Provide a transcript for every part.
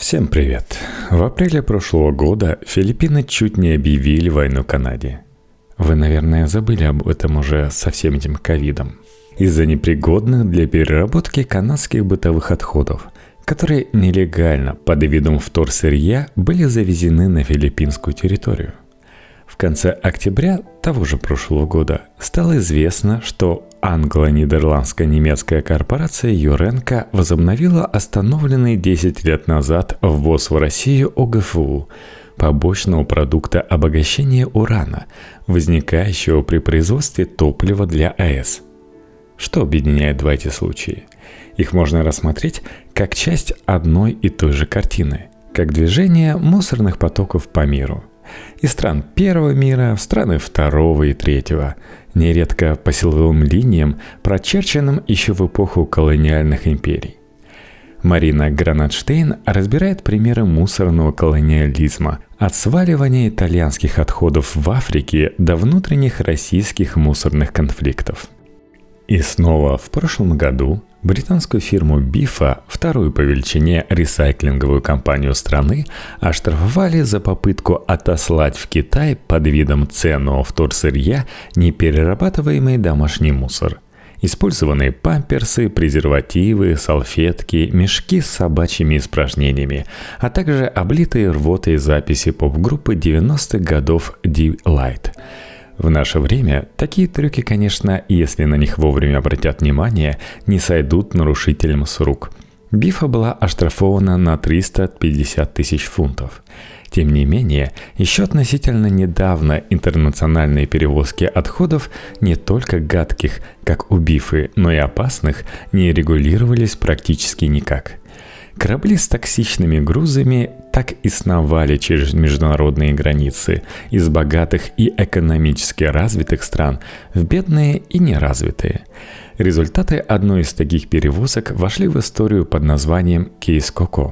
Всем привет! В апреле прошлого года Филиппины чуть не объявили войну Канаде. Вы, наверное, забыли об этом уже со всем этим ковидом. Из-за непригодных для переработки канадских бытовых отходов, которые нелегально под видом вторсырья были завезены на филиппинскую территорию. В конце октября того же прошлого года стало известно, что англо-нидерландско-немецкая корпорация Юренко возобновила остановленный 10 лет назад ввоз в Россию ОГФУ, побочного продукта обогащения урана, возникающего при производстве топлива для АЭС. Что объединяет два эти случая? Их можно рассмотреть как часть одной и той же картины, как движение мусорных потоков по миру. Из стран первого мира в страны второго и третьего, нередко по силовым линиям, прочерченным еще в эпоху колониальных империй. Марина Гранатштейн разбирает примеры мусорного колониализма от сваливания итальянских отходов в Африке до внутренних российских мусорных конфликтов. И снова в прошлом году британскую фирму Бифа, вторую по величине ресайклинговую компанию страны, оштрафовали за попытку отослать в Китай под видом ценного вторсырья неперерабатываемый домашний мусор. Использованные памперсы, презервативы, салфетки, мешки с собачьими испражнениями, а также облитые рвотой записи поп-группы 90-х годов D-Light. В наше время такие трюки, конечно, если на них вовремя обратят внимание, не сойдут нарушителям с рук. Бифа была оштрафована на 350 тысяч фунтов. Тем не менее, еще относительно недавно интернациональные перевозки отходов не только гадких, как у Бифы, но и опасных, не регулировались практически никак. Корабли с токсичными грузами так и сновали через международные границы из богатых и экономически развитых стран в бедные и неразвитые. Результаты одной из таких перевозок вошли в историю под названием «Кейс Коко».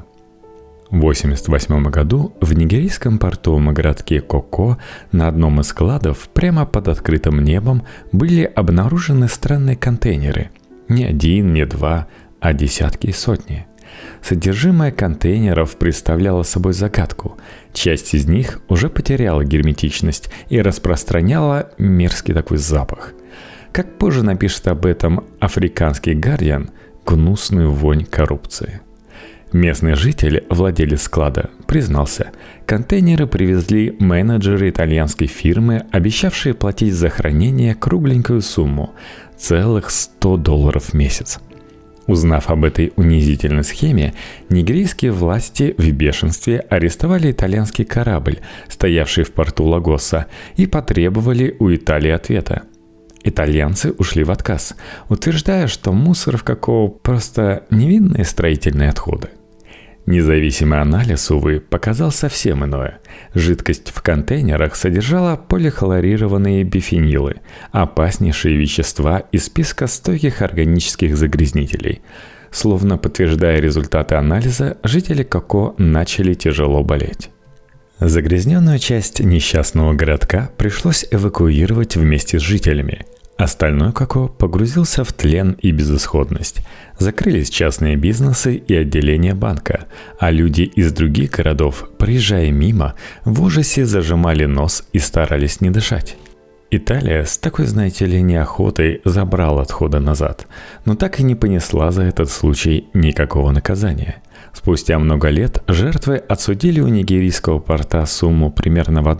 В 1988 году в нигерийском портовом городке Коко на одном из складов прямо под открытым небом были обнаружены странные контейнеры. Не один, не два, а десятки и сотни. Содержимое контейнеров представляло собой загадку. Часть из них уже потеряла герметичность и распространяла мерзкий такой запах. Как позже напишет об этом африканский Гардиан, гнусную вонь коррупции. Местный житель, владелец склада, признался, контейнеры привезли менеджеры итальянской фирмы, обещавшие платить за хранение кругленькую сумму – целых $100 в месяц. Узнав об этой унизительной схеме, нигерийские власти в бешенстве арестовали итальянский корабль, стоявший в порту Лагоса, и потребовали у Италии ответа. Итальянцы ушли в отказ, утверждая, что мусор в Коко просто невинные строительные отходы. Независимый анализ, увы, показал совсем иное. Жидкость в контейнерах содержала полихлорированные бифенилы, опаснейшие вещества из списка стойких органических загрязнителей. Словно подтверждая результаты анализа, жители Коко начали тяжело болеть. Загрязненную часть несчастного городка пришлось эвакуировать вместе с жителями. Остальной Коко погрузился в тлен и безысходность. Закрылись частные бизнесы и отделения банка, а люди из других городов, проезжая мимо, в ужасе зажимали нос и старались не дышать. Италия с такой, знаете ли, неохотой забрала отходы назад, но так и не понесла за этот случай никакого наказания. Спустя много лет жертвы отсудили у нигерийского порта сумму примерно в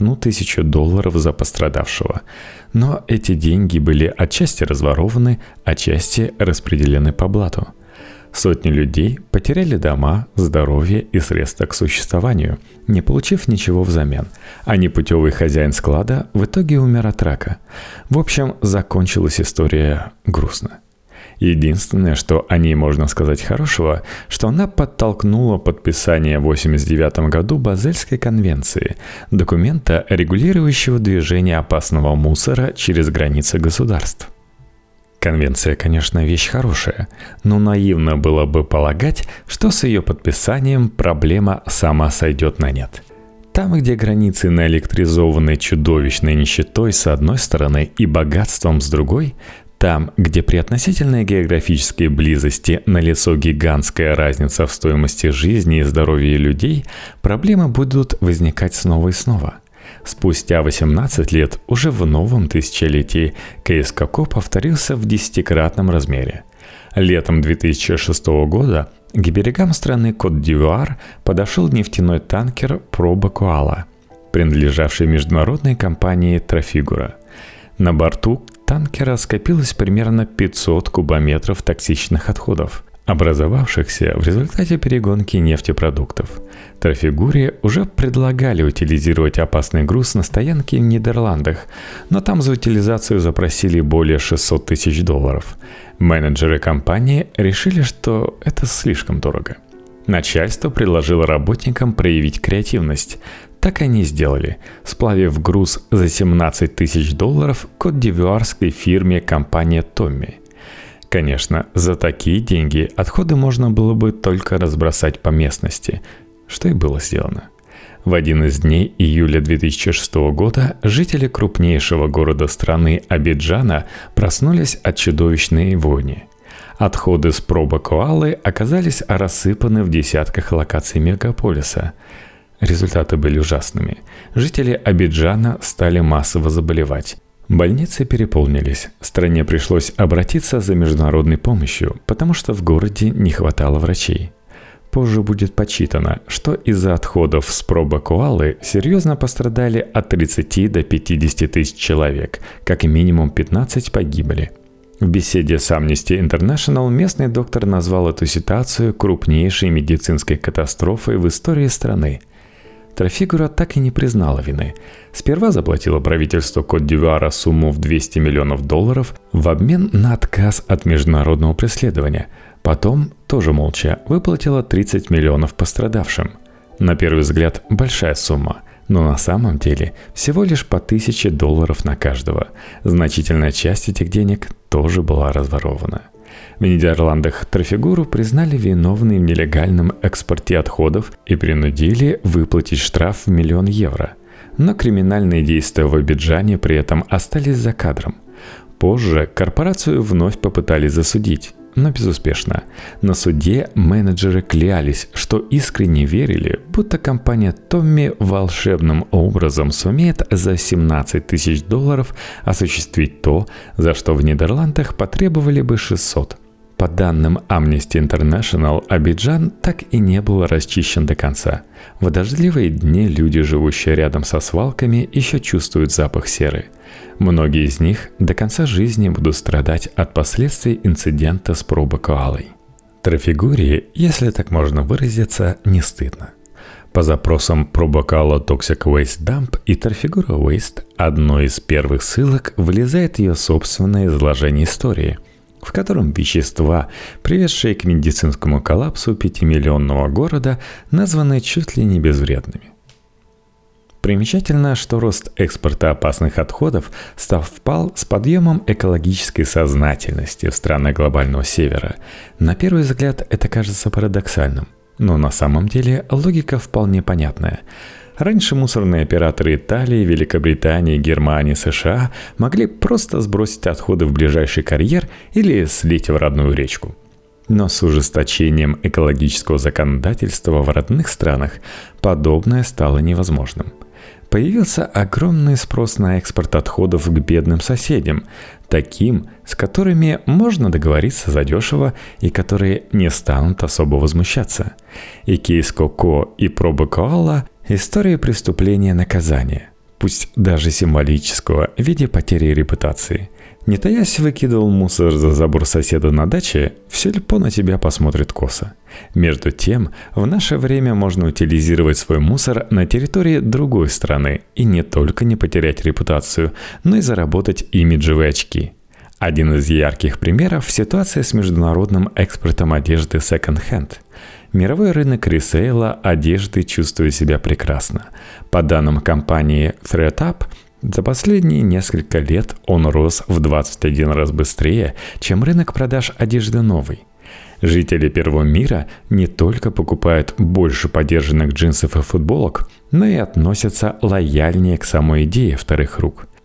$1000 за пострадавшего. Но эти деньги были отчасти разворованы, отчасти распределены по блату. Сотни людей потеряли дома, здоровье и средства к существованию, не получив ничего взамен, а непутевый хозяин склада в итоге умер от рака. В общем, закончилась история грустно. Единственное, что о ней можно сказать хорошего, что она подтолкнула подписание в 1989 году Базельской конвенции, документа, регулирующего движение опасного мусора через границы государств. Конвенция, конечно, вещь хорошая, но наивно было бы полагать, что с ее подписанием проблема сама сойдет на нет. Там, где границы наэлектризованы чудовищной нищетой с одной стороны и богатством с другой, Там, где при относительной географической близости налицо гигантская разница в стоимости жизни и здоровья людей, проблемы будут возникать снова и снова. Спустя 18 лет, уже в новом тысячелетии, кейс Коко повторился в 10-кратном размере. Летом 2006 года к берегам страны Кот-д'Ивуар подошел нефтяной танкер «Проба Коала», принадлежавший международной компании «Трафигура». На борту танкера скопилось примерно 500 кубометров токсичных отходов, образовавшихся в результате перегонки нефтепродуктов. Трафигуре уже предлагали утилизировать опасный груз на стоянке в Нидерландах, но там за утилизацию запросили более $600 тысяч. Менеджеры компании решили, что это слишком дорого. Начальство предложило работникам проявить креативность. Так они сделали, сплавив груз за $17 тысяч кот-д'ивуарской фирме компания «Томми». Конечно, за такие деньги отходы можно было бы только разбросать по местности, что и было сделано. В один из дней июля 2006 года жители крупнейшего города страны Абиджана проснулись от чудовищной вони. Отходы с проба Коалы оказались рассыпаны в десятках локаций мегаполиса. Результаты были ужасными. Жители Абиджана стали массово заболевать. Больницы переполнились. Стране пришлось обратиться за международной помощью, потому что в городе не хватало врачей. Позже будет подсчитано, что из-за отходов с проба Коалы серьезно пострадали от 30 до 50 тысяч человек, как минимум 15 погибли. В беседе с Amnesty International местный доктор назвал эту ситуацию крупнейшей медицинской катастрофой в истории страны. Трафигура так и не признала вины. Сперва заплатила правительству Кот-д'Ивуара сумму в $200 миллионов в обмен на отказ от международного преследования. Потом, тоже молча, выплатила 30 миллионов пострадавшим. На первый взгляд, большая сумма, но на самом деле всего лишь по $1000 на каждого. Значительная часть этих денег тоже была разворована. В Нидерландах Трафигуру признали виновной в нелегальном экспорте отходов и принудили выплатить штраф в €1 миллион. Но криминальные действия в Абиджане при этом остались за кадром. Позже корпорацию вновь попытались засудить, но безуспешно. На суде менеджеры клялись, что искренне верили, будто компания Томми волшебным образом сумеет за $17 тысяч осуществить то, за что в Нидерландах потребовали бы 600. По данным Amnesty International, Абиджан так и не был расчищен до конца. В дождливые дни люди, живущие рядом со свалками, еще чувствуют запах серы. Многие из них до конца жизни будут страдать от последствий инцидента с проба Коалой. Трафигуре, если так можно выразиться, не стыдно. По запросам проба Коала Toxic Waste Dump и Trafigura Waste одной из первых ссылок влезает ее собственное изложение истории, в котором вещества, приведшие к медицинскому коллапсу 5-миллионного города, названы чуть ли не безвредными. Примечательно, что рост экспорта опасных отходов совпал с подъемом экологической сознательности в странах глобального севера. На первый взгляд это кажется парадоксальным, но на самом деле логика вполне понятная. Раньше мусорные операторы Италии, Великобритании, Германии, США могли просто сбросить отходы в ближайший карьер или слить в родную речку. Но с ужесточением экологического законодательства в родных странах подобное стало невозможным. Появился огромный спрос на экспорт отходов к бедным соседям, таким, с которыми можно договориться задешево и которые не станут особо возмущаться. И кейс Коко и проба Коала – история преступления наказания, пусть даже символического, в виде потери репутации. Не таясь выкидывал мусор за забор соседа на даче, все льпо на тебя посмотрит косо. Между тем, в наше время можно утилизировать свой мусор на территории другой страны и не только не потерять репутацию, но и заработать имиджевые очки. Один из ярких примеров – ситуация с международным экспортом одежды секонд-хенд. Мировой рынок ресейла одежды чувствует себя прекрасно. По данным компании ThredUp, за последние несколько лет он рос в 21 раз быстрее, чем рынок продаж одежды новой. Жители первого мира не только покупают больше подержанных джинсов и футболок, но и относятся лояльнее к самой идее вторых рук.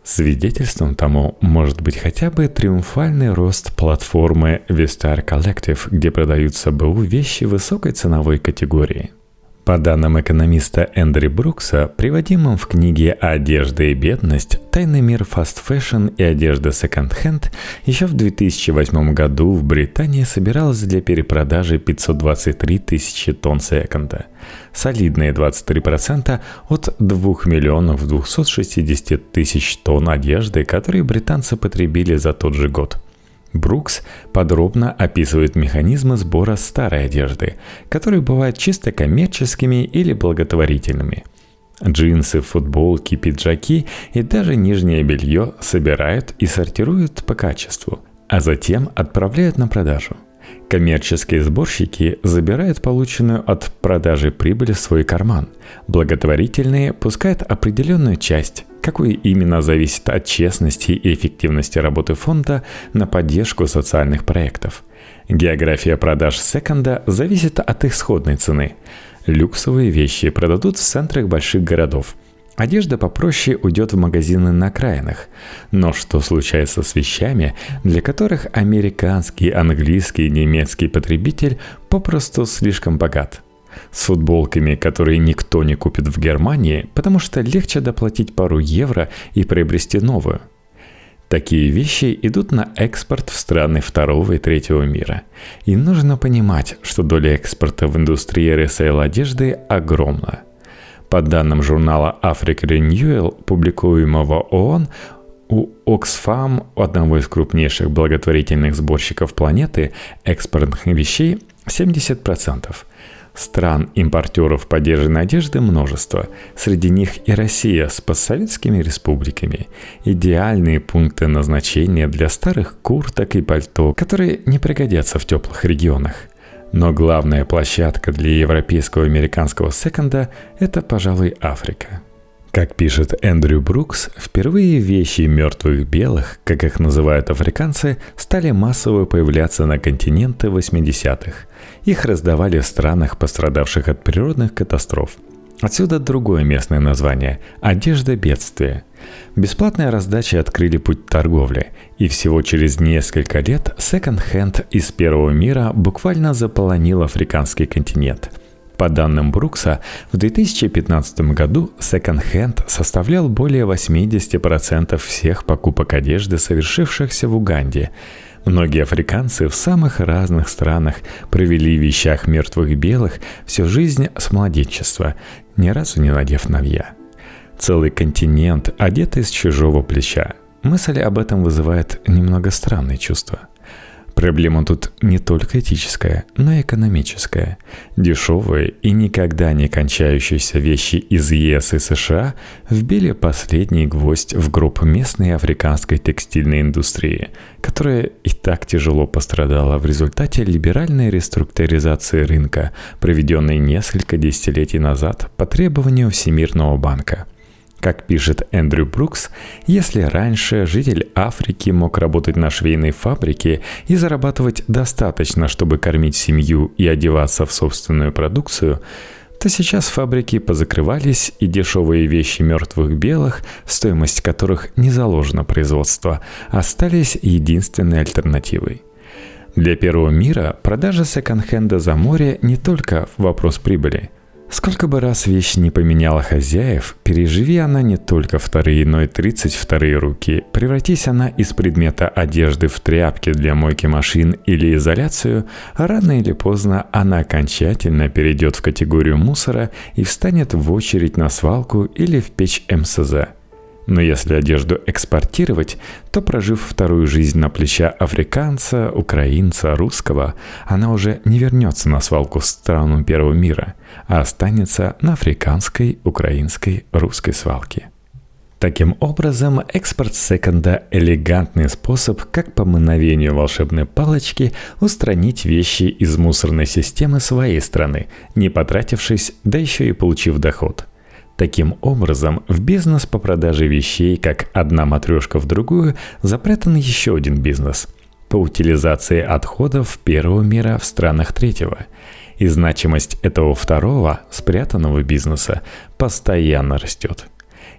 Свидетельством тому может быть хотя бы триумфальный рост платформы Vistar Collective, где продаются БУ вещи высокой ценовой категории. По данным экономиста Эндрю Брукса, приводимым в книге «Одежда и бедность. Тайный мир фаст-фэшн и одежда секонд-хенд», еще в 2008 году в Британии собиралось для перепродажи 523 тысячи тонн секонда. Солидные 23% от 2 миллионов 260 тысяч тонн одежды, которые британцы потребили за тот же год. Брукс подробно описывает механизмы сбора старой одежды, которые бывают чисто коммерческими или благотворительными. Джинсы, футболки, пиджаки и даже нижнее белье собирают и сортируют по качеству, а затем отправляют на продажу. Коммерческие сборщики забирают полученную от продажи прибыль в свой карман. Благотворительные пускают определенную часть, какую именно зависит от честности и эффективности работы фонда, на поддержку социальных проектов. География продаж секонда зависит от их сходной цены. Люксовые вещи продадут в центрах больших городов. Одежда попроще уйдет в магазины на окраинах. Но что случается с вещами, для которых американский, английский, немецкий потребитель попросту слишком богат? С футболками, которые никто не купит в Германии, потому что легче доплатить пару евро и приобрести новую. Такие вещи идут на экспорт в страны второго и третьего мира. И нужно понимать, что доля экспорта в индустрии ресейл одежды огромна. По данным журнала Africa Renewal, публикуемого ООН, у Oxfam, одного из крупнейших благотворительных сборщиков планеты, экспортных вещей 70%. Стран-импортеров подержанной одежды множество. Среди них и Россия с постсоветскими республиками. Идеальные пункты назначения для старых курток и пальто, которые не пригодятся в теплых регионах. Но главная площадка для европейского и американского секонда – это, пожалуй, Африка. Как пишет Эндрю Брукс, впервые вещи мертвых белых, как их называют африканцы, стали массово появляться на континенте в 80-х. Их раздавали в странах, пострадавших от природных катастроф. Отсюда другое местное название – «Одежда бедствия». Бесплатные раздачи открыли путь торговли, и всего через несколько лет секонд-хенд из первого мира буквально заполонил африканский континент. По данным Брукса, в 2015 году секонд-хенд составлял более 80% всех покупок одежды, совершившихся в Уганде. Многие африканцы в самых разных странах провели в вещах мертвых белых всю жизнь с младенчества, ни разу не надев новья. Целый континент одет из чужого плеча. Мысль об этом вызывает немного странные чувства. Проблема тут не только этическая, но и экономическая. Дешевые и никогда не кончающиеся вещи из ЕС и США вбили последний гвоздь в гроб местной африканской текстильной индустрии, которая и так тяжело пострадала в результате либеральной реструктуризации рынка, проведенной несколько десятилетий назад по требованию Всемирного банка. Как пишет Эндрю Брукс, если раньше житель Африки мог работать на швейной фабрике и зарабатывать достаточно, чтобы кормить семью и одеваться в собственную продукцию, то сейчас фабрики позакрывались, и дешевые вещи мертвых белых, стоимость которых не заложена производство, остались единственной альтернативой. Для первого мира продажа секонд-хенда за море не только вопрос прибыли. Сколько бы раз вещь не поменяла хозяев, переживи она не только вторые, но и 32-е руки, превратись она из предмета одежды в тряпки для мойки машин или изоляцию, рано или поздно она окончательно перейдет в категорию мусора и встанет в очередь на свалку или в печь МСЗ. Но если одежду экспортировать, то, прожив вторую жизнь на плечах африканца, украинца, русского, она уже не вернется на свалку в страну первого мира, а останется на африканской, украинской, русской свалке. Таким образом, экспорт секонда – элегантный способ, как по мановению волшебной палочки устранить вещи из мусорной системы своей страны, не потратившись, да еще и получив доход. Таким образом, в бизнес по продаже вещей, как одна матрешка в другую, запрятан еще один бизнес – по утилизации отходов первого мира в странах третьего. И значимость этого второго, спрятанного бизнеса постоянно растет.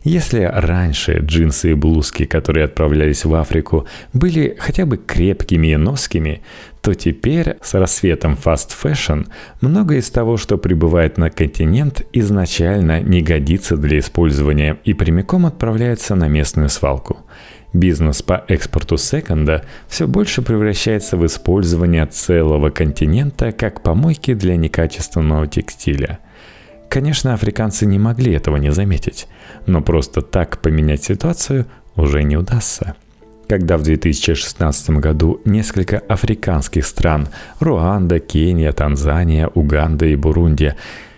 Если раньше джинсы и блузки, которые отправлялись в Африку, были хотя бы крепкими и носкими, то теперь с расцветом фаст-фэшн многое из того, что прибывает на континент, изначально не годится для использования и прямиком отправляется на местную свалку. Бизнес по экспорту секонда все больше превращается в использование целого континента как помойки для некачественного текстиля. Конечно, африканцы не могли этого не заметить, но просто так поменять ситуацию уже не удастся. Когда в 2016 году несколько африканских стран – Руанда, Кения, Танзания, Уганда и Бурунди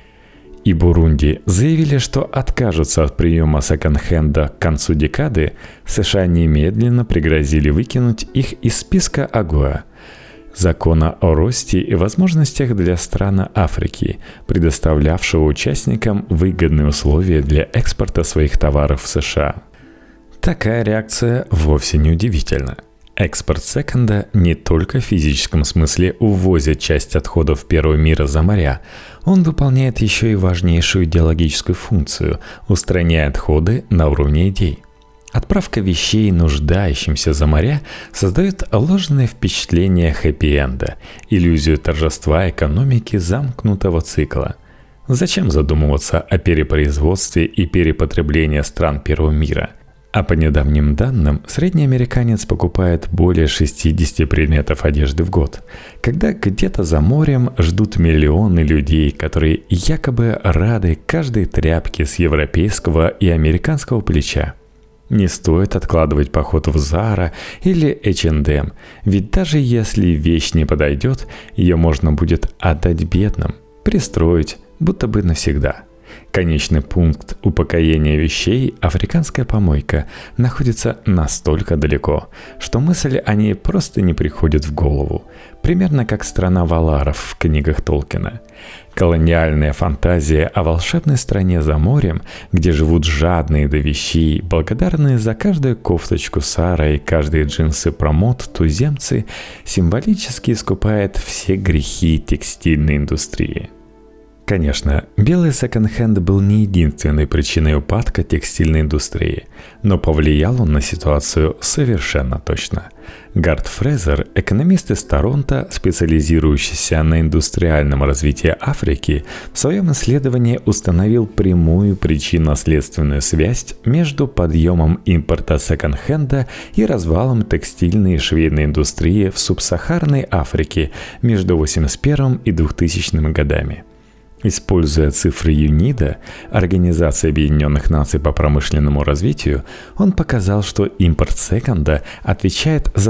– заявили, что откажутся от приема секонд-хенда к концу декады, США немедленно пригрозили выкинуть их из списка АГОА – закона о росте и возможностях для стран Африки, предоставлявшего участникам выгодные условия для экспорта своих товаров в США. Такая реакция вовсе не удивительна. Экспорт секонда не только в физическом смысле увозит часть отходов первого мира за моря, он выполняет еще и важнейшую идеологическую функцию, устраняя отходы на уровне идей. Отправка вещей нуждающимся за моря создает ложное впечатление хэппи-энда, иллюзию торжества экономики замкнутого цикла. Зачем задумываться о перепроизводстве и перепотреблении стран первого мира? А по недавним данным, средний американец покупает более 60 предметов одежды в год, когда где-то за морем ждут миллионы людей, которые якобы рады каждой тряпке с европейского и американского плеча. Не стоит откладывать поход в Zara или H&M, ведь даже если вещь не подойдет, ее можно будет отдать бедным, пристроить, будто бы навсегда. Конечный пункт упокоения вещей, африканская помойка, находится настолько далеко, что мысль о ней просто не приходит в голову, примерно как страна валаров в книгах Толкина. Колониальная фантазия о волшебной стране за морем, где живут жадные до вещей, благодарные за каждую кофточку Сара и каждые джинсы Промот туземцы, символически искупает все грехи текстильной индустрии. Конечно, белый секонд-хенд был не единственной причиной упадка текстильной индустрии, но повлиял он на ситуацию совершенно точно. Гарт Фрезер, экономист из Торонто, специализирующийся на индустриальном развитии Африки, в своем исследовании установил прямую причинно-следственную связь между подъемом импорта секонд-хенда и развалом текстильной и швейной индустрии в субсахарной Африке между 1981 и 2000 годами. Используя цифры ЮНИДО, Организации Объединенных Наций по промышленному развитию, он показал, что импорт секонда отвечает за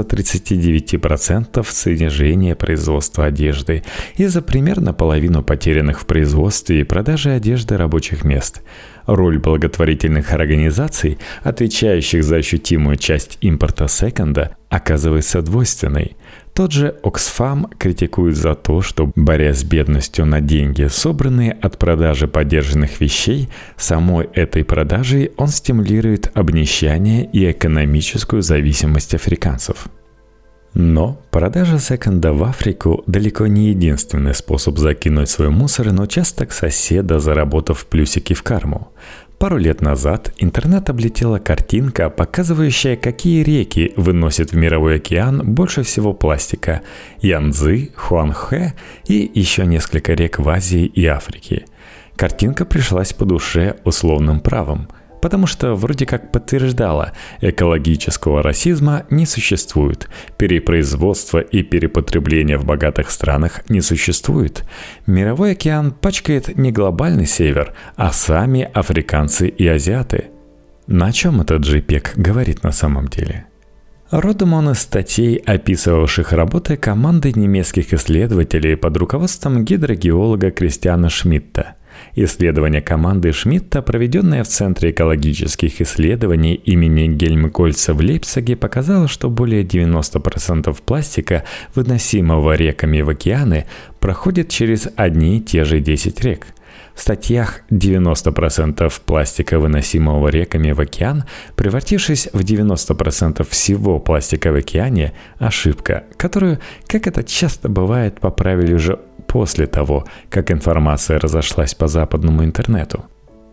39% снижения производства одежды и за примерно половину потерянных в производстве и продаже одежды рабочих мест. Роль благотворительных организаций, отвечающих за ощутимую часть импорта секонда, оказывается двойственной. Тот же Оксфам критикует за то, что, борясь с бедностью на деньги, собранные от продажи подержанных вещей, самой этой продажей он стимулирует обнищание и экономическую зависимость африканцев. Но продажа секонда в Африку далеко не единственный способ закинуть свой мусор на участок соседа, заработав плюсики в карму. Пару лет назад интернет облетела картинка, показывающая, какие реки выносят в мировой океан больше всего пластика – Янцзы, Хуанхэ и еще несколько рек в Азии и Африке. Картинка пришлась по душе условным правом, потому что вроде как подтверждала, экологического расизма не существует, перепроизводства и перепотребления в богатых странах не существует. Мировой океан пачкает не глобальный север, а сами африканцы и азиаты. На чем этот JPEG говорит на самом деле? Родом он из статей, описывавших работы команды немецких исследователей под руководством гидрогеолога Кристиана Шмидта. Исследование команды Шмидта, проведенное в Центре экологических исследований имени Гельмгольца в Лейпциге, показало, что более 90% пластика, выносимого реками в океаны, проходит через одни и те же 10 рек. В статьях 90% пластика, выносимого реками в океан, превратившись в 90% всего пластика в океане, ошибка, которую, как это часто бывает, поправили уже после того, как информация разошлась по западному интернету.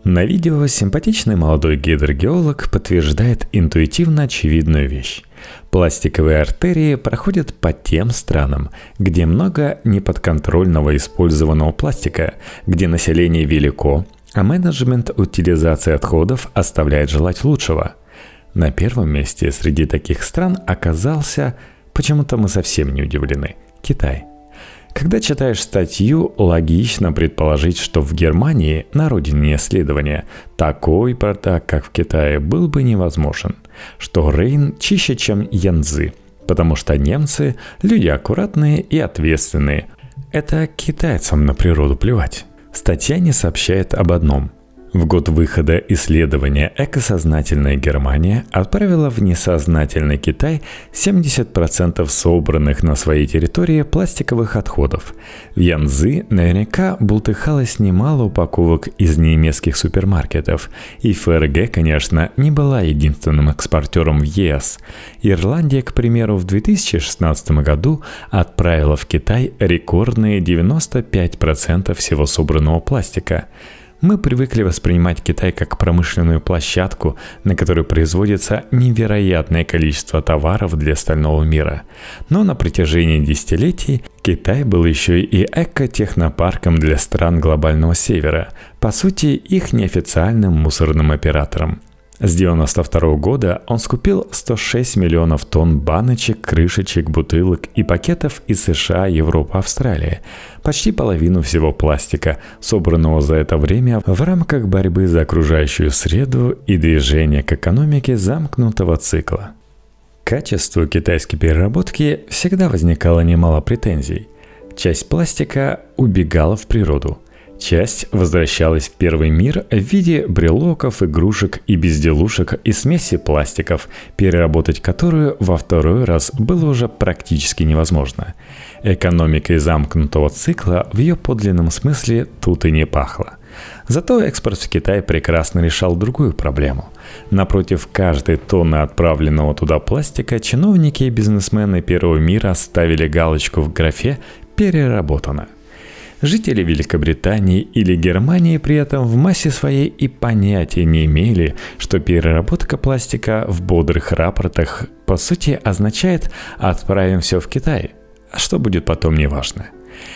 На видео симпатичный молодой гидрогеолог подтверждает интуитивно очевидную вещь. Пластиковые артерии проходят по тем странам, где много неподконтрольного использованного пластика, где население велико, а менеджмент утилизации отходов оставляет желать лучшего. На первом месте среди таких стран оказался, почему-то мы совсем не удивлены, Китай. Когда читаешь статью, логично предположить, что в Германии, на родине исследования, такой бардак, как в Китае, был бы невозможен, что Рейн чище, чем Янцзы, потому что немцы – люди аккуратные и ответственные. Это китайцам на природу плевать. Статья не сообщает об одном. В год выхода исследования экосознательная Германия отправила в несознательный Китай 70% собранных на своей территории пластиковых отходов. В Янцзы наверняка бултыхалось немало упаковок из немецких супермаркетов. И ФРГ, конечно, не была единственным экспортером в ЕС. Ирландия, к примеру, в 2016 году отправила в Китай рекордные 95% всего собранного пластика. Мы привыкли воспринимать Китай как промышленную площадку, на которой производится невероятное количество товаров для остального мира. Но на протяжении десятилетий Китай был еще и эко-технопарком для стран глобального севера, по сути, их неофициальным мусорным оператором. С 1992 года он скупил 106 миллионов тонн баночек, крышечек, бутылок и пакетов из США, Европы, Австралии. Почти половину всего пластика, собранного за это время в рамках борьбы за окружающую среду и движения к экономике замкнутого цикла. К качеству китайской переработки всегда возникало немало претензий. Часть пластика убегала в природу. Часть возвращалась в первый мир в виде брелоков, игрушек и безделушек и смеси пластиков, переработать которую во второй раз было уже практически невозможно. Экономикой замкнутого цикла в ее подлинном смысле тут и не пахло. Зато экспорт в Китай прекрасно решал другую проблему. Напротив каждой тонны отправленного туда пластика чиновники и бизнесмены первого мира ставили галочку в графе «переработано». Жители Великобритании или Германии при этом в массе своей и понятия не имели, что переработка пластика в бодрых рапортах по сути означает «отправим все в Китай», а что будет потом неважно.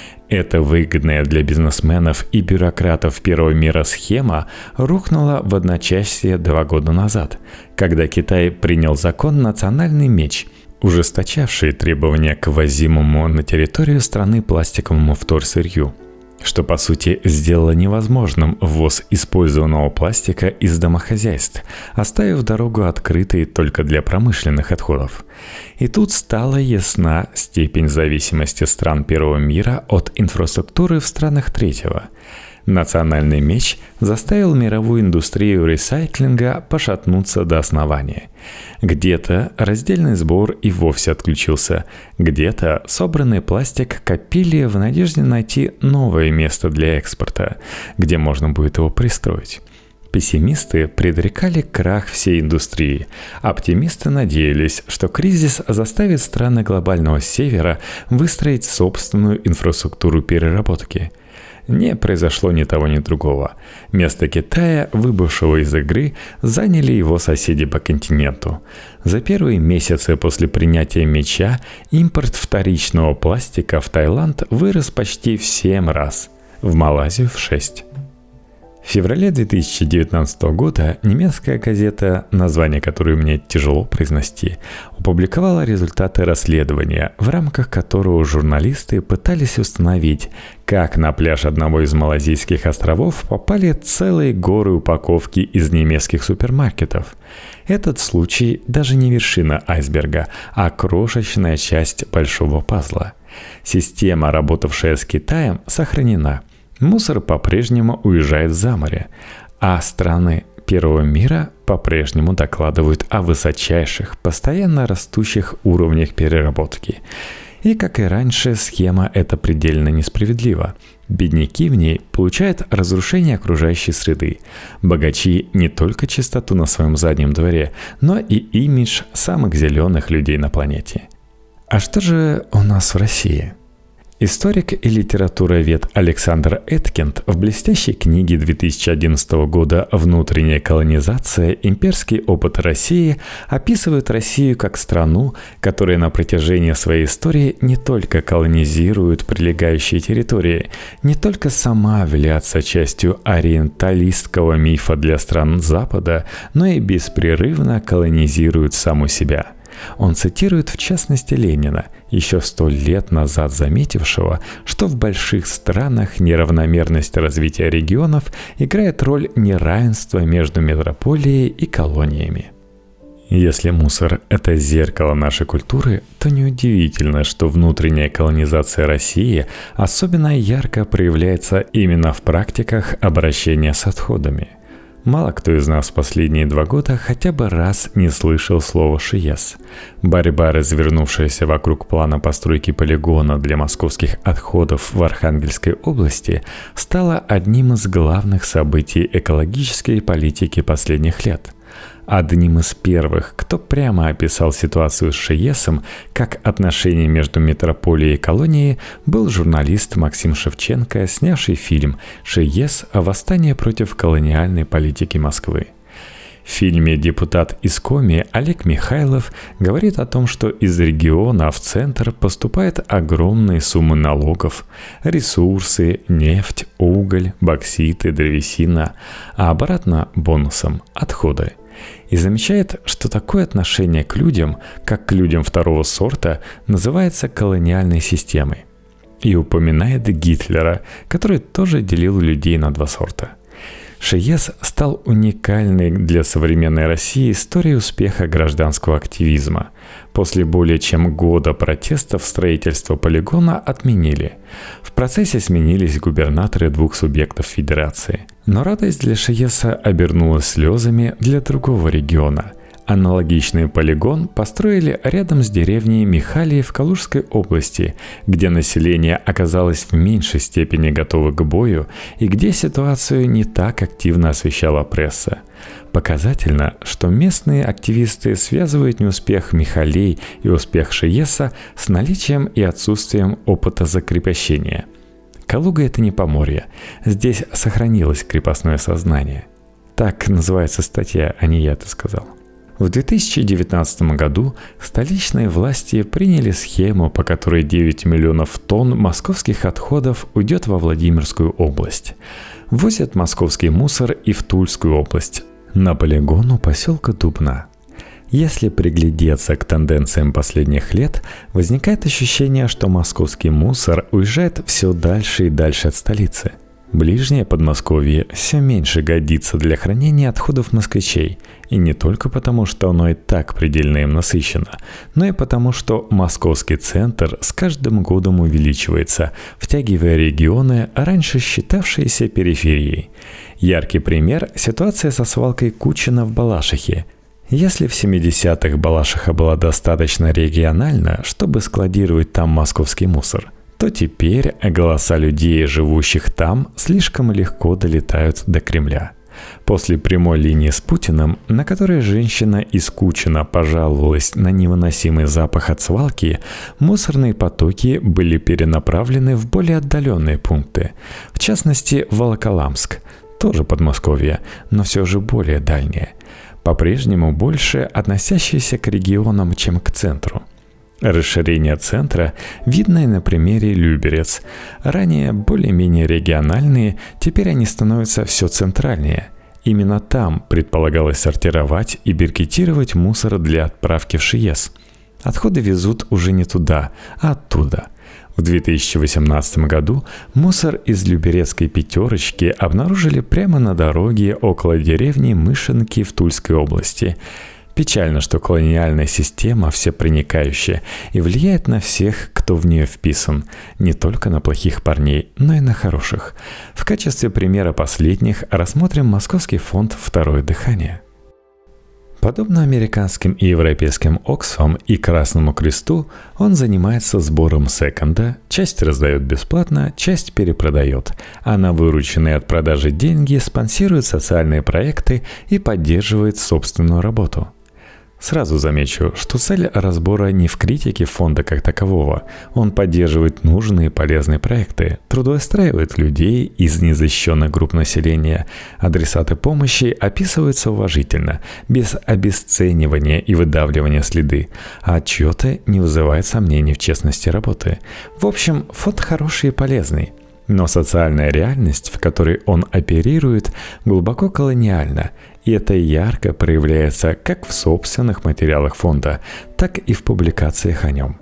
Эта выгодная для бизнесменов и бюрократов первого мира схема рухнула в одночасье 2 года назад, когда Китай принял закон «Национальный меч», ужесточавшие требования к ввозимому на территорию страны пластиковому вторсырью, что по сути сделало невозможным ввоз использованного пластика из домохозяйств, оставив дорогу открытой только для промышленных отходов. И тут стала ясна степень зависимости стран первого мира от инфраструктуры в странах третьего. Национальный меч заставил мировую индустрию ресайклинга пошатнуться до основания. Где-то раздельный сбор и вовсе отключился, где-то собранный пластик копили в надежде найти новое место для экспорта, где можно будет его пристроить. Пессимисты предрекали крах всей индустрии. Оптимисты надеялись, что кризис заставит страны глобального севера выстроить собственную инфраструктуру переработки. Не произошло ни того, ни другого. Место Китая, выбывшего из игры, заняли его соседи по континенту. За первые месяцы после принятия меча импорт вторичного пластика в Таиланд вырос почти в 7 раз, в Малайзию в 6. В феврале 2019 года немецкая газета, название которой мне тяжело произнести, опубликовала результаты расследования, в рамках которого журналисты пытались установить, как на пляж одного из малайзийских островов попали целые горы упаковки из немецких супермаркетов. Этот случай даже не вершина айсберга, а крошечная часть большого пазла. Система, работавшая с Китаем, сохранена. Мусор по-прежнему уезжает за море, а страны первого мира по-прежнему докладывают о высочайших, постоянно растущих уровнях переработки. И, как и раньше, схема эта предельно несправедлива. Бедняки в ней получают разрушение окружающей среды. Богачи не только чистоту на своем заднем дворе, но и имидж самых зеленых людей на планете. А что же у нас в России? Историк и литературовед Александр Эткинд в блестящей книге 2011 года «Внутренняя колонизация. Имперский опыт России» описывает Россию как страну, которая на протяжении своей истории не только колонизирует прилегающие территории, не только сама является частью ориенталистского мифа для стран Запада, но и беспрерывно колонизирует саму себя. Он цитирует в частности Ленина, еще 100 лет назад заметившего, что в больших странах неравномерность развития регионов играет роль неравенства между метрополией и колониями. Если мусор – это зеркало нашей культуры, то неудивительно, что внутренняя колонизация России особенно ярко проявляется именно в практиках обращения с отходами. Мало кто из нас в последние 2 года хотя бы раз не слышал слова «ШИЭС». Борьба, развернувшаяся вокруг плана постройки полигона для московских отходов в Архангельской области, стала одним из главных событий экологической политики последних лет. Одним из первых, кто прямо описал ситуацию с ШИЭСом как отношение между метрополией и колонией, был журналист Максим Шевченко, снявший фильм «ШИЭС. Восстание против колониальной политики Москвы». В фильме депутат из Коми Олег Михайлов говорит о том, что из региона в центр поступают огромные суммы налогов, ресурсы, нефть, уголь, бокситы, древесина, а обратно бонусом – отходы. И замечает, что такое отношение к людям, как к людям второго сорта, называется колониальной системой. И упоминает Гитлера, который тоже делил людей на 2 сорта. ШИЭС стал уникальной для современной России историей успеха гражданского активизма. После более чем года протестов строительство полигона отменили. В процессе сменились губернаторы 2 субъектов федерации. Но радость для ШИЭСа обернулась слезами для другого региона. Аналогичный полигон построили рядом с деревней Михалии в Калужской области, где население оказалось в меньшей степени готово к бою и где ситуацию не так активно освещала пресса. Показательно, что местные активисты связывают неуспех Михалей и успех ШИЭСа с наличием и отсутствием опыта закрепощения. Калуга – это не Поморье. Здесь сохранилось крепостное сознание. Так называется статья, а не я это сказал. В 2019 году столичные власти приняли схему, по которой 9 миллионов тонн московских отходов уйдет во Владимирскую область. Возят московский мусор и в Тульскую область, на полигон у поселка Дубна. Если приглядеться к тенденциям последних лет, возникает ощущение, что московский мусор уезжает все дальше и дальше от столицы. Ближнее Подмосковье все меньше годится для хранения отходов москвичей, и не только потому, что оно и так предельно им насыщено, но и потому, что московский центр с каждым годом увеличивается, втягивая регионы, раньше считавшиеся периферией. Яркий пример – ситуация со свалкой Кучина в Балашихе. Если в 70-х Балашиха была достаточно региональна, чтобы складировать там московский мусор, то теперь голоса людей, живущих там, слишком легко долетают до Кремля. После прямой линии с Путиным, на которой женщина из Кучина пожаловалась на невыносимый запах от свалки, мусорные потоки были перенаправлены в более отдаленные пункты, в частности, в Волоколамск, тоже Подмосковье, но все же более дальнее, по-прежнему больше относящиеся к регионам, чем к центру. Расширение центра видно и на примере Люберец. Ранее более-менее региональные, теперь они становятся все центральнее. Именно там предполагалось сортировать и брикетировать мусор для отправки в ШИЭС. Отходы везут уже не туда, а оттуда. В 2018 году мусор из Люберецкой пятерочки обнаружили прямо на дороге около деревни Мышинки в Тульской области. Печально, что колониальная система всепроникающая и влияет на всех, кто в нее вписан, не только на плохих парней, но и на хороших. В качестве примера последних рассмотрим Московский фонд «Второе дыхание». Подобно американским и европейским Оксфам и Красному Кресту, он занимается сбором секонда, часть раздает бесплатно, часть перепродает, а на вырученные от продажи деньги спонсирует социальные проекты и поддерживает собственную работу. Сразу замечу, что цель разбора не в критике фонда как такового. Он поддерживает нужные и полезные проекты, трудоустраивает людей из незащищенных групп населения. Адресаты помощи описываются уважительно, без обесценивания и выдавливания следы, а отчеты не вызывают сомнений в честности работы. В общем, фонд хороший и полезный. Но социальная реальность, в которой он оперирует, глубоко колониальна, и это ярко проявляется как в собственных материалах фонда, так и в публикациях о нем.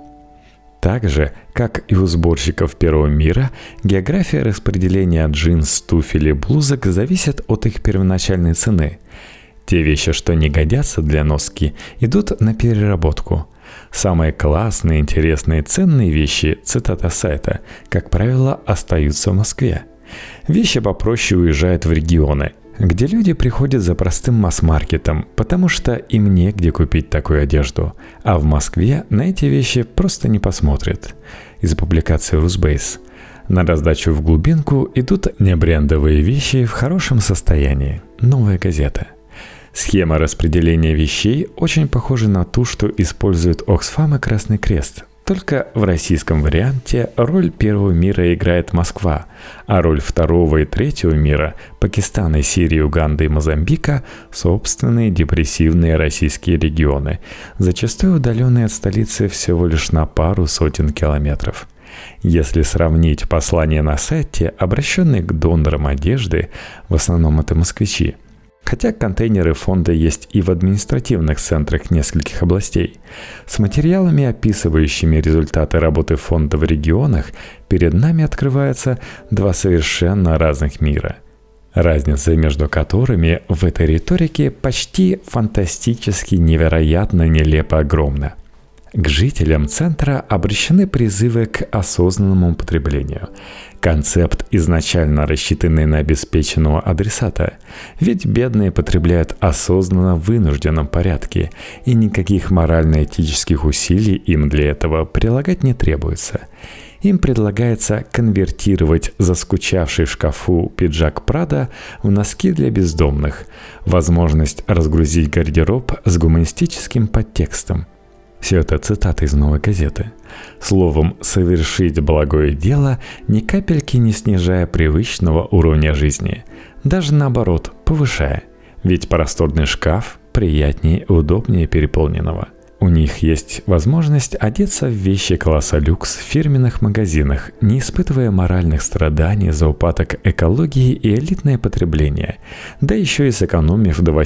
Так же, как и у сборщиков Первого мира, география распределения джинс, туфель и блузок зависит от их первоначальной цены. Те вещи, что не годятся для носки, идут на переработку. Самые классные, интересные, ценные вещи, цитата сайта, как правило, остаются в Москве. Вещи попроще уезжают в регионы, где люди приходят за простым масс-маркетом, потому что им негде купить такую одежду, а в Москве на эти вещи просто не посмотрят. Из публикации Rusbase. На раздачу в глубинку идут небрендовые вещи в хорошем состоянии. Новая газета. Схема распределения вещей очень похожа на ту, что используют Oxfam и Красный Крест. Только в российском варианте роль Первого мира играет Москва, а роль Второго и Третьего мира – Пакистана, Сирии, Уганды и Мозамбика – собственные депрессивные российские регионы, зачастую удаленные от столицы всего лишь на пару сотен километров. Если сравнить послания на сайте, обращенные к донорам одежды, в основном это москвичи. Хотя контейнеры фонда есть и в административных центрах нескольких областей. С материалами, описывающими результаты работы фонда в регионах, перед нами открываются два совершенно разных мира. Разница между которыми в этой риторике почти фантастически невероятно нелепо огромна. К жителям центра обращены призывы к осознанному потреблению. Концепт изначально рассчитанный на обеспеченного адресата, ведь бедные потребляют осознанно в вынужденном порядке, и никаких морально-этических усилий им для этого прилагать не требуется. Им предлагается конвертировать заскучавший в шкафу пиджак Прада в носки для бездомных, возможность разгрузить гардероб с гуманистическим подтекстом. Все это цитаты из «Новой газеты». Словом, совершить благое дело, ни капельки не снижая привычного уровня жизни. Даже наоборот, повышая. Ведь просторный шкаф приятнее и удобнее переполненного. У них есть возможность одеться в вещи класса люкс в фирменных магазинах, не испытывая моральных страданий за упадок экологии и элитное потребление, да еще и сэкономив до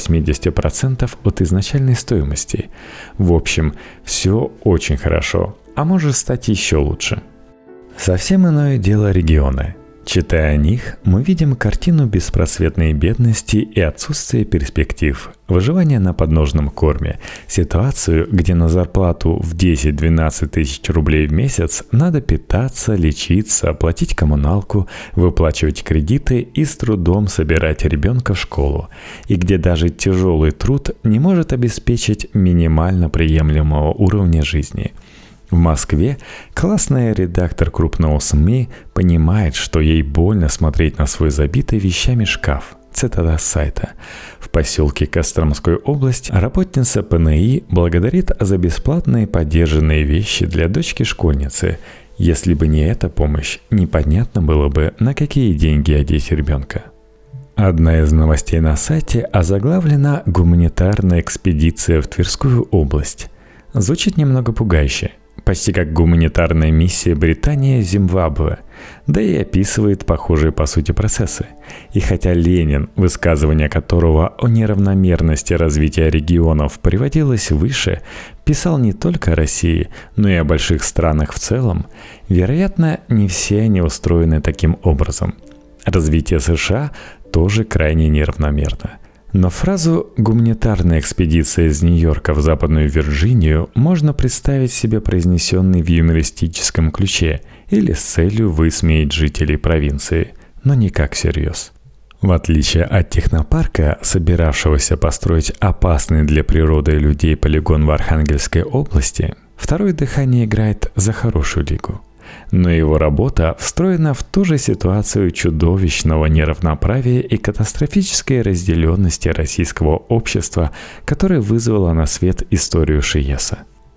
80% от изначальной стоимости. В общем, все очень хорошо, а может стать еще лучше. Совсем иное дело регионы. Читая о них, мы видим картину беспросветной бедности и отсутствия перспектив, выживания на подножном корме, ситуацию, где на зарплату в 10-12 тысяч рублей в месяц надо питаться, лечиться, оплатить коммуналку, выплачивать кредиты и с трудом собирать ребенка в школу, и где даже тяжелый труд не может обеспечить минимально приемлемого уровня жизни. В Москве классная редактор крупного СМИ понимает, что ей больно смотреть на свой забитый вещами шкаф. Цитата с сайта. В поселке Костромской области работница ПНИ благодарит за бесплатные подержанные вещи для дочки-школьницы. Если бы не эта помощь, непонятно было бы, на какие деньги одеть ребенка. Одна из новостей на сайте озаглавлена «Гуманитарная экспедиция в Тверскую область». Звучит немного пугающе. Почти как гуманитарная миссия Британия-Зимбабве, да и описывает похожие по сути процессы. И хотя Ленин, высказывание которого о неравномерности развития регионов приводилось выше, писал не только о России, но и о больших странах в целом, вероятно, не все они устроены таким образом. Развитие США тоже крайне неравномерно. Но фразу «гуманитарная экспедиция из Нью-Йорка в Западную Вирджинию» можно представить себе произнесенной в юмористическом ключе или с целью высмеять жителей провинции, но никак всерьез. В отличие от технопарка, собиравшегося построить опасный для природы и людей полигон в Архангельской области, «Второе дыхание» играет за хорошую лигу. но его работа встроена в ту же ситуацию чудовищного неравноправия и катастрофической разделенности российского общества, которая вызвала на свет историю ШИЕСа.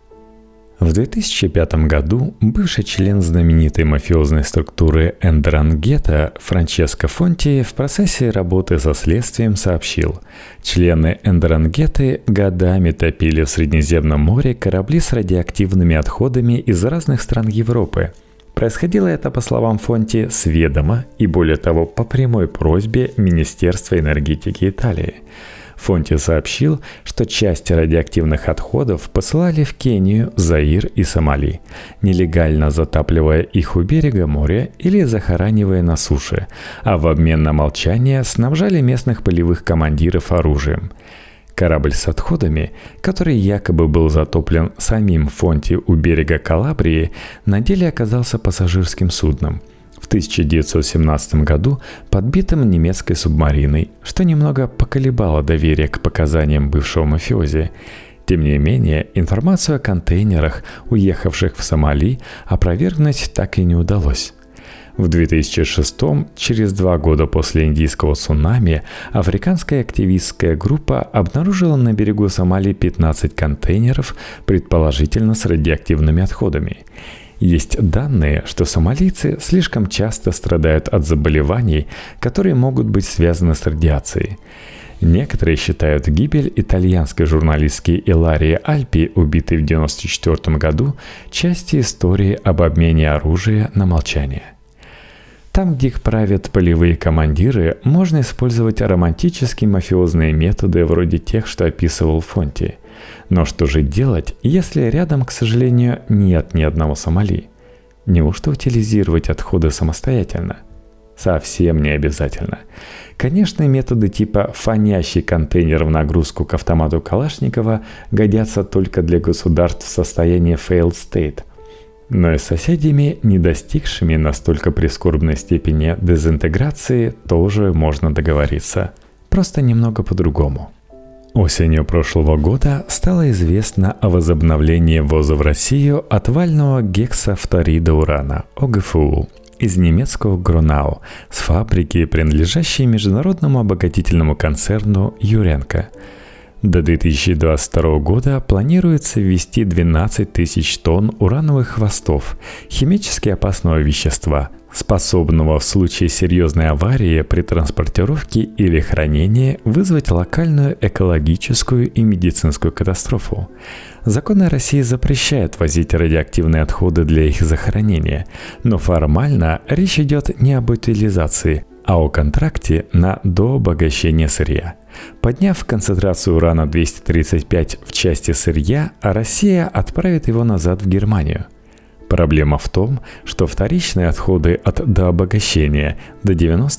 В 2005 году бывший член знаменитой мафиозной структуры 'Ндрангета Франческо Фонти в процессе работы со следствием сообщил: члены 'Ндрангеты годами топили в Средиземном море корабли с радиоактивными отходами из разных стран Европы. Происходило это, по словам Фонти, с ведома и, более того, по прямой просьбе Министерства энергетики Италии. Фонти сообщил, что часть радиоактивных отходов посылали в Кению, Заир и Сомали, нелегально затапливая их у берега моря или захоранивая на суше, а в обмен на молчание снабжали местных полевых командиров оружием. Корабль с отходами, который якобы был затоплен самим Фонти у берега Калабрии, на деле оказался пассажирским судном. В 1917 году подбитым немецкой субмариной, что немного поколебало доверие к показаниям бывшего мафиози. Тем не менее, информацию о контейнерах, уехавших в Сомали, опровергнуть так и не удалось. В 2006-м, через 2 года после индийского цунами, африканская активистская группа обнаружила на берегу Сомали 15 контейнеров, предположительно с радиоактивными отходами. Есть данные, что сомалийцы слишком часто страдают от заболеваний, которые могут быть связаны с радиацией. Некоторые считают гибель итальянской журналистки Иларии Альпи, убитой в 1994 году, частью истории об обмене оружия на молчание. Там, где правят полевые командиры, можно использовать романтические мафиозные методы вроде тех, что описывал Фонти. Но что же делать, если рядом, к сожалению, нет ни одного Сомали? Неужто утилизировать отходы самостоятельно? Совсем не обязательно. Конечно, методы типа «фонящий контейнер в нагрузку к автомату Калашникова» годятся только для государств в состоянии failed state. Но и с соседями, не достигшими настолько прискорбной степени дезинтеграции, тоже можно договориться. Просто немного по-другому. Осенью прошлого года стало известно о возобновлении ввоза в Россию отвального гексафторида урана, ОГФУ, из немецкого Гронау, с фабрики, принадлежащей международному обогатительному концерну «Юренко». До 2022 года планируется ввести 12 тысяч тонн урановых хвостов, химически опасного вещества, способного в случае серьезной аварии при транспортировке или хранении вызвать локальную экологическую и медицинскую катастрофу. Законы России запрещают возить радиоактивные отходы для их захоронения, но формально речь идет не об утилизации, а о контракте на дообогащение сырья. Подняв концентрацию урана-235 в части сырья, Россия отправит его назад в Германию. Проблема в том, что вторичные отходы от дообогащения до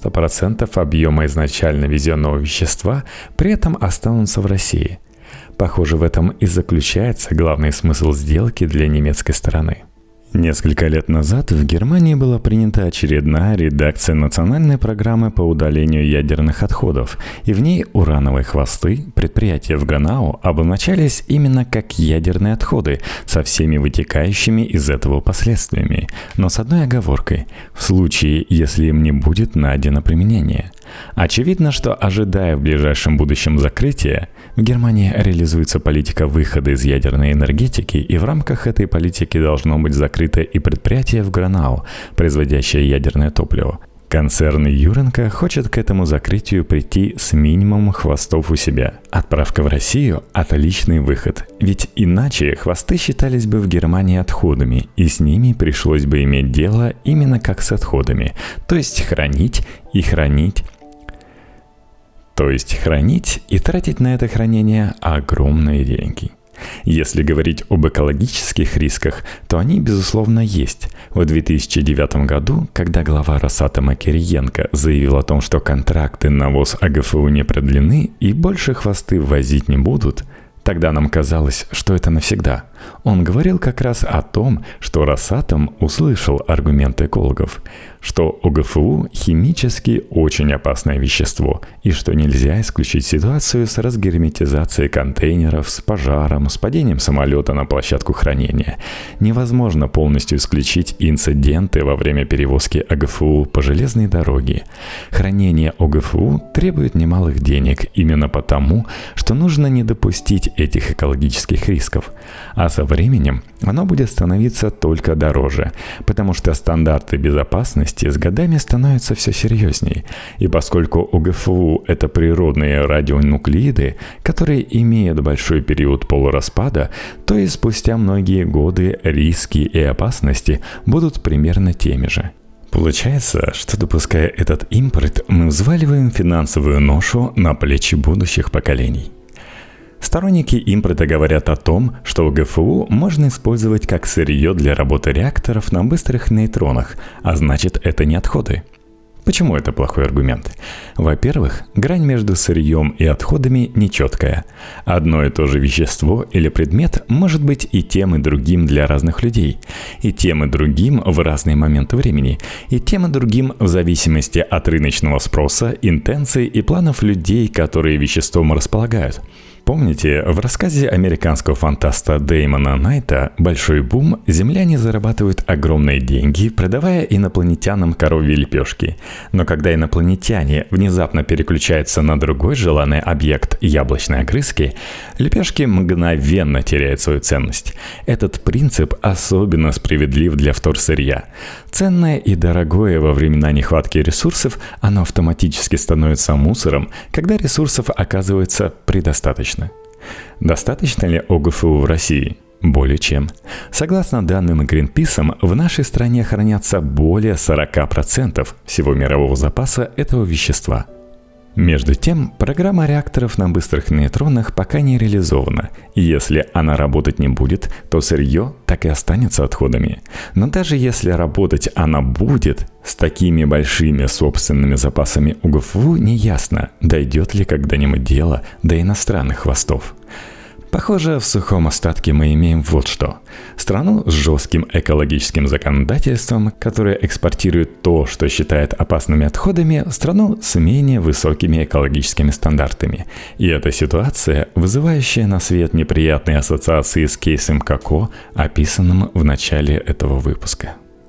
90% объема изначально везенного вещества при этом останутся в России. Похоже, в этом и заключается главный смысл сделки для немецкой стороны. Несколько лет назад в Германии была принята очередная редакция национальной программы по удалению ядерных отходов, и в ней урановые хвосты предприятия в Гронау обозначались именно как ядерные отходы со всеми вытекающими из этого последствиями, но с одной оговоркой – в случае, если им не будет найдено применение. Очевидно, что, ожидая в ближайшем будущем закрытия, в Германии реализуется политика выхода из ядерной энергетики, и в рамках этой политики должно быть закрыто и предприятие в Гронау, производящее ядерное топливо. Концерн Юренко хочет к этому закрытию прийти с минимумом хвостов у себя. Отправка в Россию – отличный выход, ведь иначе хвосты считались бы в Германии отходами, и с ними пришлось бы иметь дело именно как с отходами, то есть хранить и тратить на это хранение огромные деньги. Если говорить об экологических рисках, то они, безусловно, есть. В 2009 году, когда глава Росатома Кириенко заявил о том, что контракты на ввоз ОГФУ не продлены и больше хвосты ввозить не будут, тогда нам казалось, что это навсегда. Он говорил как раз о том, что Росатом услышал аргументы экологов, что ОГФУ химически очень опасное вещество, и что нельзя исключить ситуацию с разгерметизацией контейнеров, с пожаром, с падением самолета на площадку хранения. Невозможно полностью исключить инциденты во время перевозки ОГФУ по железной дороге. Хранение ОГФУ требует немалых денег именно потому, что нужно не допустить этих экологических рисков. А со временем оно будет становиться только дороже, потому что стандарты безопасности с годами становятся все серьезнее. И поскольку ОГФУ – это природные радионуклиды, которые имеют большой период полураспада, то и спустя многие годы риски и опасности будут примерно теми же. Получается, что допуская этот импорт, мы взваливаем финансовую ношу на плечи будущих поколений. Сторонники импорта говорят о том, что ОГФУ можно использовать как сырье для работы реакторов на быстрых нейтронах, а значит, это не отходы. Почему это плохой аргумент? Во-первых, грань между сырьем и отходами нечеткая. Одно и то же вещество или предмет может быть и тем, и другим для разных людей, и тем, и другим в разные моменты времени, и тем, и другим в зависимости от рыночного спроса, интенций и планов людей, которые веществом располагают. Помните, в рассказе американского фантаста Дэймона Найта «Большой бум» земляне зарабатывают огромные деньги, продавая инопланетянам коровьи лепешки. Но когда инопланетяне внезапно переключаются на другой желанный объект яблочной огрызки, лепешки мгновенно теряют свою ценность. Этот принцип особенно справедлив для вторсырья. Ценное и дорогое во времена нехватки ресурсов, оно автоматически становится мусором, когда ресурсов оказывается предостаточно. Достаточно ли ОГФУ в России? Более чем. Согласно данным Гринписом, в нашей стране хранятся более 40% всего мирового запаса этого вещества. Между тем, программа реакторов на быстрых нейтронах пока не реализована, и если она работать не будет, то сырье так и останется отходами. Но даже если работать она будет, с такими большими собственными запасами ОГФУ неясно, дойдет ли когда-нибудь дело до иностранных хвостов. Похоже, в сухом остатке мы имеем вот что. Страну с жестким экологическим законодательством, которая экспортирует то, что считает опасными отходами, страну с менее высокими экологическими стандартами. И эта ситуация, вызывающая на свет неприятные ассоциации с кейсом КАКО, описанным в начале этого выпуска.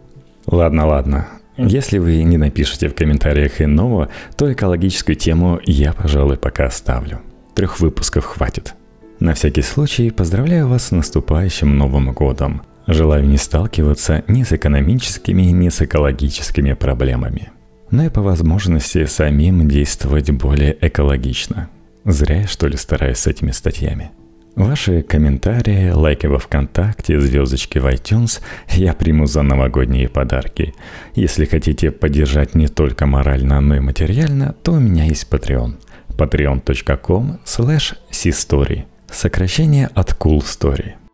Ладно. Если вы не напишете в комментариях иного, то экологическую тему я, пожалуй, пока оставлю. 3 выпусков хватит. На всякий случай поздравляю вас с наступающим Новым годом. Желаю не сталкиваться ни с экономическими, ни с экологическими проблемами. Но и по возможности самим действовать более экологично. Зря я, что ли, стараюсь с этими статьями. Ваши комментарии, лайки во ВКонтакте, звездочки в iTunes я приму за новогодние подарки. Если хотите поддержать не только морально, но и материально, то у меня есть Patreon. patreon.com/Seastory. Сокращение от Cool Story.